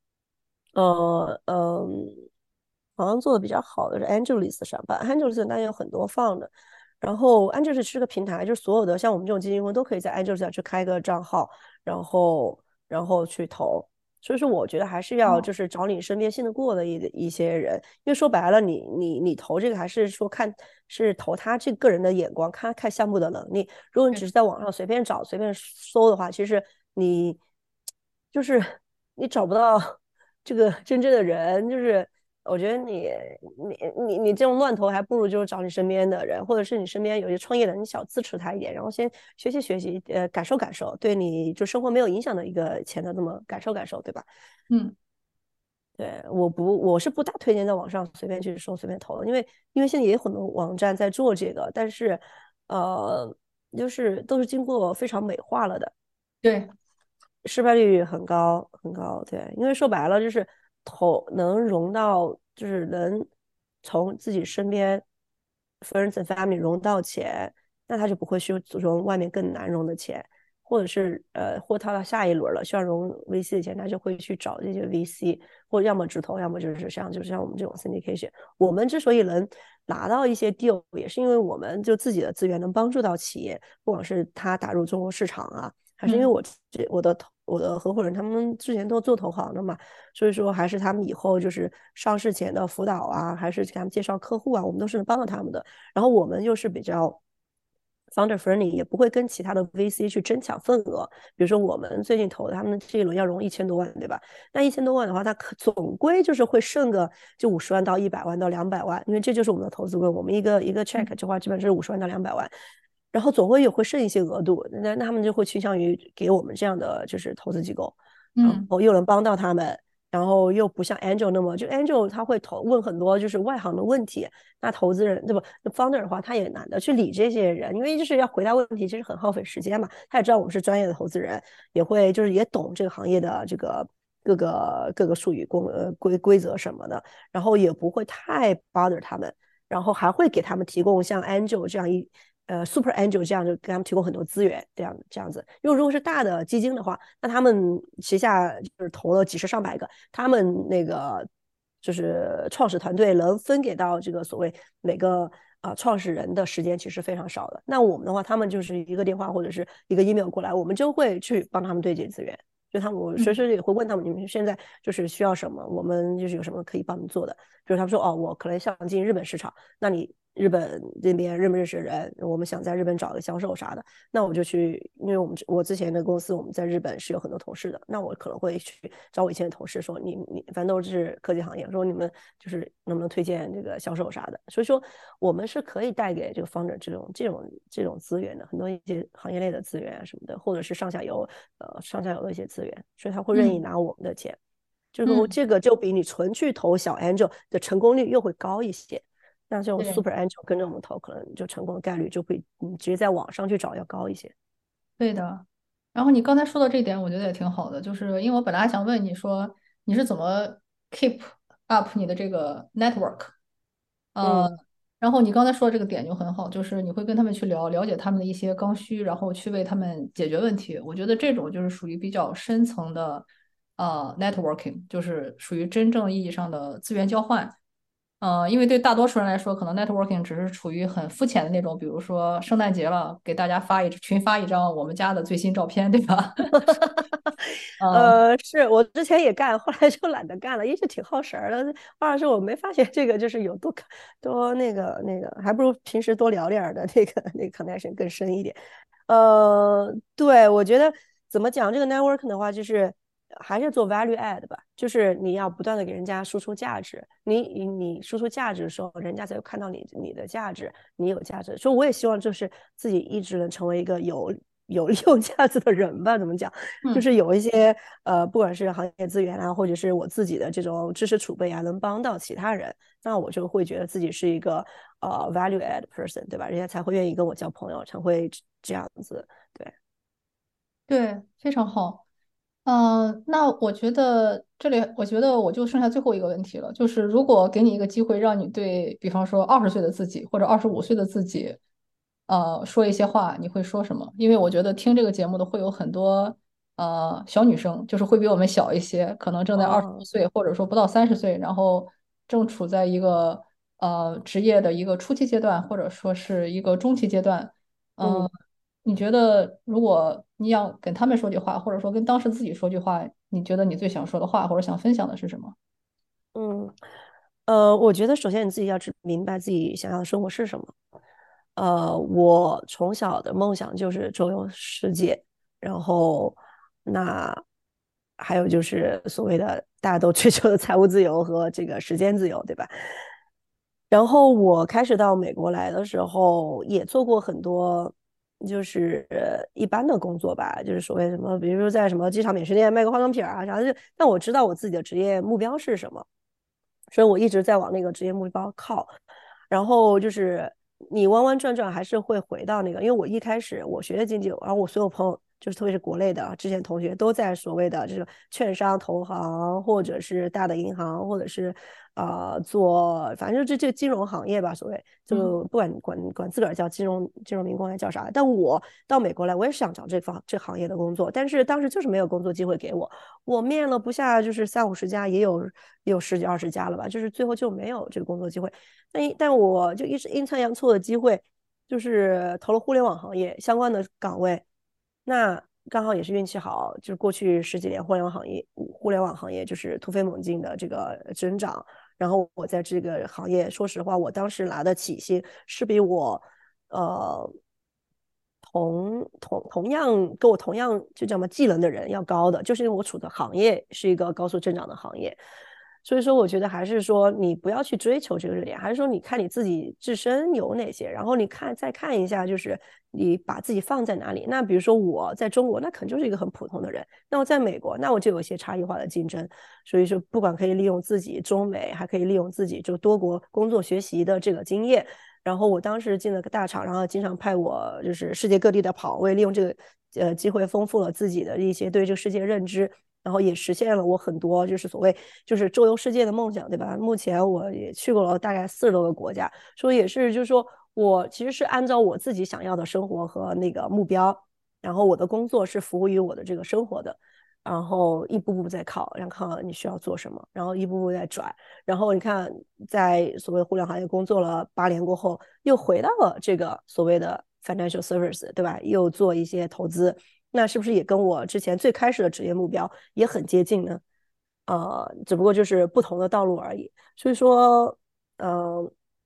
好像做的比较好的是 Angelis 上吧，Angelis 当然有很多放的，然后 Angelis 是个平台，就是所有的像我们这种基金公司都可以在 Angelis 上去开个账号，然后去投。所以说，我觉得还是要哦， 就是找你身边信得过的一些人，因为说白了你投这个还是说是投他这个人的眼光，看项目的能力。如果你只是在网上随便找随便搜的话，其实你就是你找不到这个真正的人，就是我觉得你这种乱投，还不如就是找你身边的人，或者是你身边有些创业的，你想支持他一点，然后先学习学习，感受感受，对你就生活没有影响的一个钱的这么感受感受，对吧？ 嗯， 对，我是不大推荐在网上随便去搜随便投的，因为现在也有很多网站在做这个，但是呃，就是都是经过非常美化了的。 对， 失败率很高很高，对，因为说白了就是能融到，就是能从自己身边 friends and family 融到钱，那他就不会去融外面更难融的钱，或者是或他到下一轮了，需要融 VC 的钱，他就会去找这些 VC，或者要么直投，要么就是像我们这种 syndication。我们之所以能拿到一些 deal，也是因为我们就自己的资源能帮助到企业，不管是他打入中国市场啊。还是因为嗯我的合伙人他们之前都做投行的嘛，所以说还是他们以后就是上市前的辅导啊，还是给他们介绍客户啊，我们都是能帮到他们的。然后我们又是比较 founder friendly，也不会跟其他的 VC 去争抢份额。比如说我们最近投的，他们这一轮要融1000多万，对吧？那1000多万的话，它总归就是会剩个就50万到100万到200万，因为这就是我们的投资规模。我们一个 check 嗯的话，基本是50万到200万。然后总会会剩一些额度，那他们就会倾向于给我们这样的就是投资机构，然嗯， 后又能帮到他们，然后又不像 Angel 那么，就 Angel 他会问很多就是外行的问题，那投资人对不？那 founder 的话，他也懒得去理这些人，因为就是要回答问题，其实很耗费时间嘛。他也知道我们是专业的投资人，也会就是也懂这个行业的这个各个术语规则什么的，然后也不会太 bother 他们。然后还会给他们提供像 Angel 这样Super Angel 这样就给他们提供很多资源，这样子。因为如果是大的基金的话，那他们旗下就是投了几十上百个，他们那个就是创始团队能分给到这个所谓每个创始人的时间其实非常少的。那我们的话，他们就是一个电话或者是一个 email 过来，我们就会去帮他们对接资源。就他们，我随时也会问他们，你们现在就是需要什么，我们就是有什么可以帮你做的。比如他们说，哦，我可能想进日本市场，那你日本那边认不认识人，我们想在日本找个销售啥的，那我就去，因为我之前的公司我们在日本是有很多同事的，那我可能会去找我以前的同事说，你反正都是科技行业，说你们就是能不能推荐这个销售啥的，所以说我们是可以带给这个 founder 这种资源的，很多一些行业类的资源啊什么的，或者是上下游的一些资源，所以他会愿意嗯拿我们的钱。 嗯， 这个就比你纯去投小 angel 的成功率又会高一些。那这种对 super angel 跟着我们投，可能就成功的概率就比你直接在网上去找要高一些。 对的。然后你刚才说的这一点，我觉得也挺好的，就是因为我本来还想问你说你是怎么 keep up 你的这个 network，呃， 嗯然后你刚才说的这个点就很好，就是你会跟他们去了解他们的一些刚需，然后去为他们解决问题。我觉得这种就是属于比较深层的networking，就是属于真正意义上的资源交换。因为对大多数人来说，可能 networking 只是处于很肤浅的那种，比如说圣诞节了，给大家群发一张我们家的最新照片，对吧？ 是我之前也干，后来就懒得干了。一是挺耗神儿的，二是我没发现这个就是有多那个，还不如平时多聊点儿的那个 connection 更深一点。对，我觉得怎么讲这个 network 的话，就是还是做 value add 吧，就是你要不断的给人家输出价值，你输出价值的时候，人家才会看到你的价值，你有价值。所以我也希望就是自己一直能成为一个有利用价值的人吧，怎么讲？就嗯。 是有一些不管是行业资源啊，或者是我自己的这种知识储备啊，能帮到其他人，那我就会觉得自己是一个value add person，对吧？人家才会愿意跟我交朋友，才会这样子。对。 对，非常好。那我觉得这里，我觉得我就剩下最后一个问题了，就是如果给你一个机会，让你对比方说20岁的自己或者25岁的自己，说一些话，你会说什么？因为我觉得听这个节目的会有很多小女生，就是会比我们小一些，可能正在哦。 25岁或者说不到30岁，然后正处在一个职业的一个初期阶段，或者说是一个中期阶段。 嗯你觉得如果你要跟他们说句话，或者说跟当时自己说句话，你觉得你最想说的话或者想分享的是什么？ 嗯。我觉得首先你自己要明白自己想要的生活是什么。我从小的梦想就是周游世界，然后那还有就是所谓的大家都追求的财务自由和这个时间自由，对吧？然后我开始到美国来的时候，也做过很多就是一般的工作吧，就是所谓什么，比如说在什么机场免税店卖个化妆品啊啥的。但我知道我自己的职业目标是什么，所以我一直在往那个职业目标靠。然后就是你弯弯转转还是会回到那个，因为我一开始我学的经济，然后我所有朋友就是特别是国内的之前同学都在所谓的这种券商、投行，或者是大的银行，或者是做反正就这金融行业吧，所谓嗯就不管自个儿叫金融民工还叫啥。但我到美国来，我也是想找这行业的工作，但是当时就是没有工作机会给我。我面了不下就是30-50家，也有十几20家了吧，就是最后就没有这个工作机会。但我就一直阴差阳错的机会，就是投了互联网行业相关的岗位。那刚好也是运气好，就是过去十几年互联网行业就是突飞猛进的这个增长。然后我在这个行业，说实话，我当时拿的起薪是比我呃跟我同样就叫什么技能的人要高的，就是因为我处的行业是一个高速增长的行业。所以说，我觉得还是说你不要去追求这个热点，还是说你看你自己自身有哪些，然后再看一下，就是你把自己放在哪里。那比如说我在中国，那可能就是一个很普通的人；那我在美国，那我就有一些差异化的竞争。所以说，不管可以利用自己中美，还可以利用自己就多国工作学习的这个经验。然后我当时进了个大厂，然后经常派我就是世界各地的跑，我也利用这个机会丰富了自己的一些对这个世界认知，然后也实现了我很多就是所谓就是周游世界的梦想，对吧？目前我也去过了大概40多个国家，所以也是就是说我其实是按照我自己想要的生活和那个目标，然后我的工作是服务于我的这个生活的。然后一步步在考，然后看你需要做什么，然后一步步在转。然后你看，在所谓互联网行业工作了8年过后，又回到了这个所谓的 financial service，对吧？又做一些投资，那是不是也跟我之前最开始的职业目标也很接近呢？只不过就是不同的道路而已。所以说，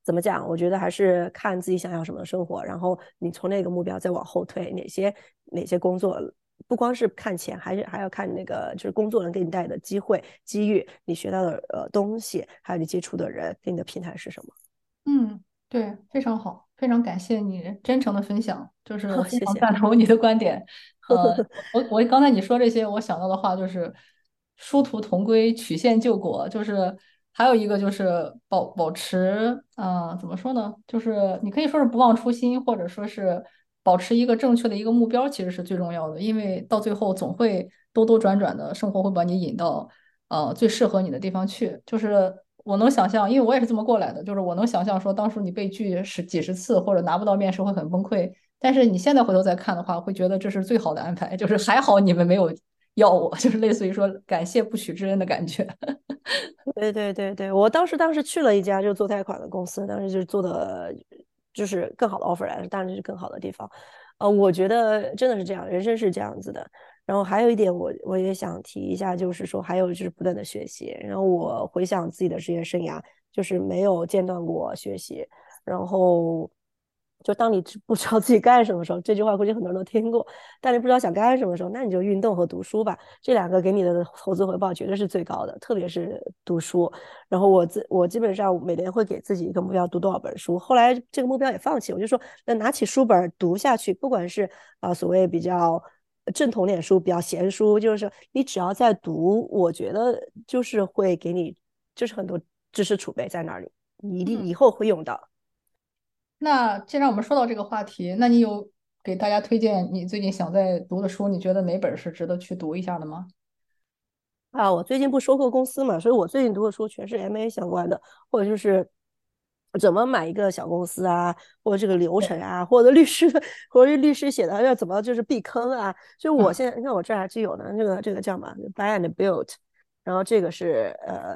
怎么讲？我觉得还是看自己想要什么生活，然后你从那个目标再往后推，哪些工作，不光是看钱，还要看那个就是工作能给你带来的机会、机遇，你学到的东西，还有你接触的人，跟你的平台是什么。 嗯，对，非常好，非常感谢你真诚的分享，就是我好， 非常谢谢。 赞同你的观点。呃，我刚才你说这些，我想到的话就是殊途同归，曲线救国，就是还有一个就是保持，怎么说呢？就是你可以说是不忘初心，或者说是保持一个正确的一个目标，其实是最重要的，因为到最后总会兜兜转转的，生活会把你引到最适合你的地方去。就是我能想象，因为我也是这么过来的，就是我能想象说，当初你被拒几十次或者拿不到面试会很崩溃，但是你现在回头再看的话，会觉得这是最好的安排，就是还好你们没有要我，就是类似于说感谢不娶之恩的感觉。 对对对对，我当时去了一家就做贷款的公司，当时就是做的就是更好的 offer 来了，当然是更好的地方。我觉得真的是这样，人生是这样子的。然后还有一点我也想提一下，就是说还有就是不断的学习。然后我回想自己的职业生涯，就是没有间断过学习。然后就当你不知道自己干什么时候，这句话估计很多人都听过。当你不知道想干什么时候，那你就运动和读书吧，这两个给你的投资回报绝对是最高的，特别是读书。然后我基本上每年会给自己一个目标，读多少本书。后来这个目标也放弃，我就说那拿起书本读下去，不管是所谓比较正统点书，比较闲书，就是你只要在读，我觉得就是会给你就是很多知识储备在那里，你一定嗯， 以后会用到。 那既然我们说到这个话题，那你有给大家推荐你最近想在读的书，你觉得哪本是值得去读一下的吗？ 我最近不收购公司嘛，所以我最近读的书全是 MA 相关的，或者就是怎么买一个小公司啊，或者这个流程对， 啊，或者律师的，或者律师写的要怎么就是避坑啊。所以我嗯， 现在你看我这儿还是有呢，这个叫嘛，Buy and Build，然后这个是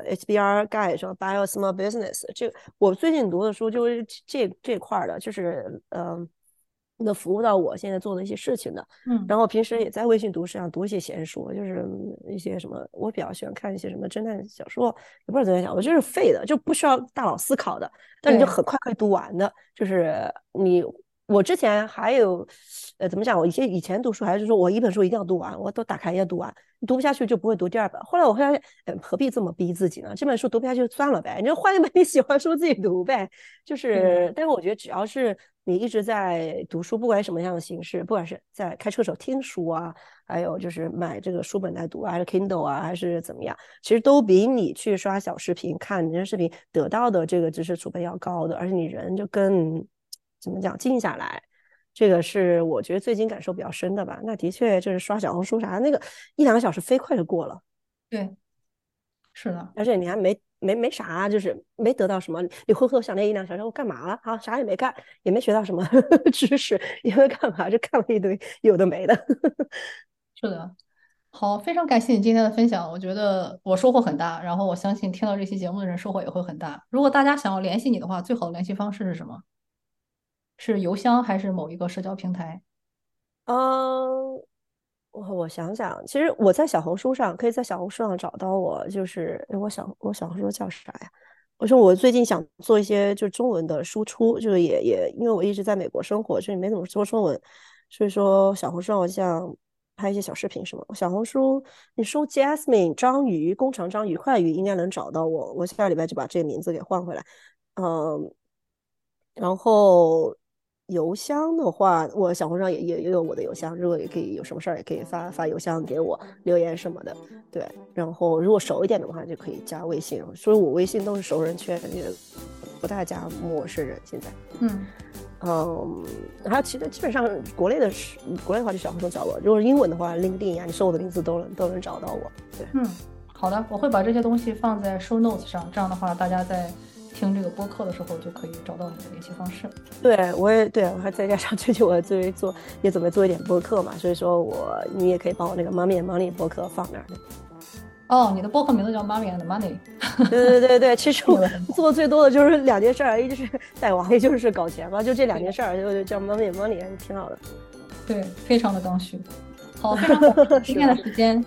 HBR Guide 什么 Bio Small Business，这个我最近读的书就是这块的，就是能服务到我现在做的一些事情的。 嗯， 然后平时也在微信读书上读一些闲书，就是一些什么，我比较喜欢看一些什么侦探小说，也不知道怎么讲，我就是废的，就不需要大脑思考的，但你就对， 很快可以读完的。就是你，我之前还有，怎么讲？我以前读书还是说我一本书一定要读完，我都打开要读完，读不下去就不会读第二本。后来我发现，何必这么逼自己呢？这本书读不下去就算了呗，你就换一本你喜欢书自己读呗。就对的， 是，但是我觉得只要是你一直在读书，不管什么样的形式，不管是在开车的时候听书啊，还有就是买这个书本来读啊，还是 Kindle 啊，还是怎么样，其实都比你去刷小视频、看人家视频得到的这个知识储备要高的，而且你人就更怎么讲静下来。这个是我觉得最近感受比较深的吧。那的确就是刷小红书啥，那个一两个小时飞快就过了。 对，是的。 而且你还没啥，就是没得到什么。你回头想那一两小时，我干嘛了？啊，啥也没干，也没学到什么知识，因为干嘛就干了一堆有的没的。 是的，好，非常感谢你今天的分享，我觉得我收获很大，然后我相信听到这期节目的人收获也会很大。如果大家想要联系你的话，最好的联系方式是什么？是邮箱还是某一个社交平台？ 嗯，我想想，其实我在小红书上可以在小红书上找到我，就是我小红书叫啥呀？我说我最近想做一些就是中文的输出，就是也因为我一直在美国生活，所以没怎么说中文，所以说小红书上我想拍一些小视频什么。小红书你搜 Jasmine 章鱼工厂章鱼快鱼应该能找到我，我下个礼拜就把这个名字给换回来。嗯，然后邮箱的话，我小红书上也有我的邮箱，如果也可以有什么事儿也可以发邮箱给我留言什么的。对，然后如果熟一点的话，就可以加微信。所以我微信都是熟人圈，也不大加陌生人。现在， 嗯， 还有其实基本上国内的话就小红书找我，如果是英文的话，LinkedIn 啊，你搜我的名字都能找到我。对， 嗯，好的，我会把这些东西放在 show notes 上，这样的话大家在听这个播客的时候就可以找到你的联系方式。 对我还再加上最近我也准备做一点播客嘛，所以说你也可以帮我那个 Mommy and Money 播客放那儿。 哦，你的播客名字叫 Mommy and Money， 对对对对，其实我听得很好。 做最多的就是两件事，一就是带娃，一就是搞钱嘛，就这两件事，就叫 Mommy and Money 还是挺好的。 对，非常的刚需。好，非常感谢今天的时间。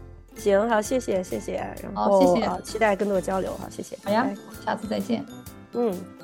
行，好，谢谢谢谢，然好，谢后谢。 期待更多的交流，好，谢谢， 好呀， 拜拜。 下次再见。 嗯。